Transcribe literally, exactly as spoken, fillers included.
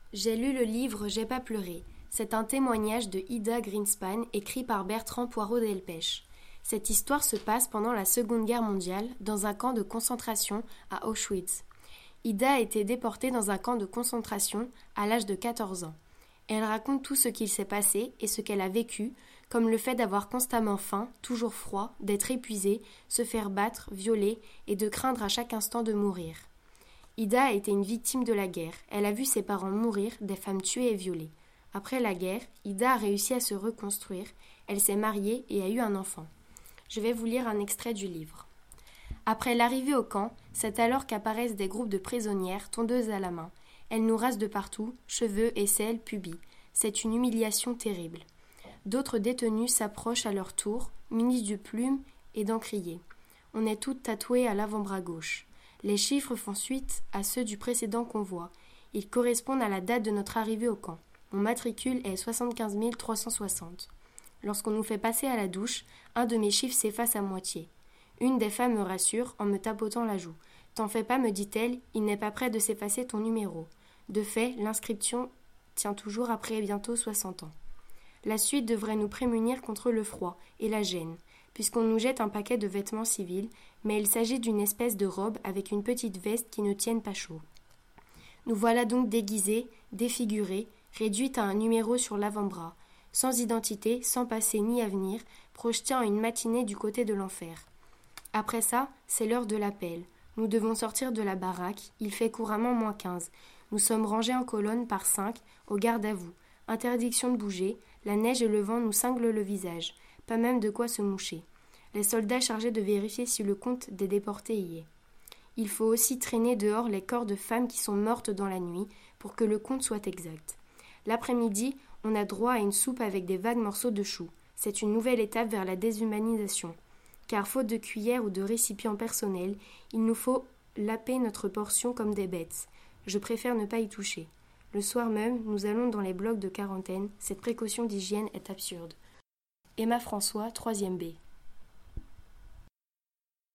J'ai lu le livre J'ai pas pleuré. C'est un témoignage de Ida Greenspan écrit par Bertrand Poirot Delpech. Cette histoire se passe pendant la Seconde Guerre mondiale dans un camp de concentration à Auschwitz. Ida a été déportée dans un camp de concentration à l'âge de quatorze ans. Elle raconte tout ce qu'il s'est passé et ce qu'elle a vécu, comme le fait d'avoir constamment faim, toujours froid, d'être épuisée, se faire battre, violer et de craindre à chaque instant de mourir. Ida a été une victime de la guerre. Elle a vu ses parents mourir, des femmes tuées et violées. Après la guerre, Ida a réussi à se reconstruire. Elle s'est mariée et a eu un enfant. Je vais vous lire un extrait du livre. Après l'arrivée au camp, c'est alors qu'apparaissent des groupes de prisonnières, tondeuses à la main. Elles nous rasent de partout, cheveux, aisselles, pubis. C'est une humiliation terrible. D'autres détenus s'approchent à leur tour, munis de plumes et d'encriers. On est toutes tatouées à l'avant-bras gauche. Les chiffres font suite à ceux du précédent convoi. Ils correspondent à la date de notre arrivée au camp. Mon matricule est soixante-quinze mille trois cent soixante. Lorsqu'on nous fait passer à la douche, un de mes chiffres s'efface à moitié. Une des femmes me rassure en me tapotant la joue. « T'en fais pas, me dit-elle, il n'est pas près de s'effacer ton numéro. » De fait, l'inscription tient toujours après bientôt soixante ans. La suite devrait nous prémunir contre le froid et la gêne, puisqu'on nous jette un paquet de vêtements civils, mais il s'agit d'une espèce de robe avec une petite veste qui ne tienne pas chaud. Nous voilà donc déguisés, défigurés, réduites à un numéro sur l'avant-bras, sans identité, sans passé ni avenir, projetés en une matinée du côté de l'enfer. Après ça, c'est l'heure de l'appel. Nous devons sortir de la baraque, il fait couramment moins quinze. Nous sommes rangés en colonne par cinq, au garde à vous. Interdiction de bouger, la neige et le vent nous cinglent le visage, pas même de quoi se moucher. Les soldats chargés de vérifier si le compte des déportés y est. Il faut aussi traîner dehors les corps de femmes qui sont mortes dans la nuit pour que le compte soit exact. L'après-midi, on a droit à une soupe avec des vagues morceaux de choux. C'est une nouvelle étape vers la déshumanisation. Car faute de cuillères ou de récipients personnels, il nous faut laper notre portion comme des bêtes. Je préfère ne pas y toucher. Le soir même, nous allons dans les blocs de quarantaine. Cette précaution d'hygiène est absurde. Emma François, troisième B.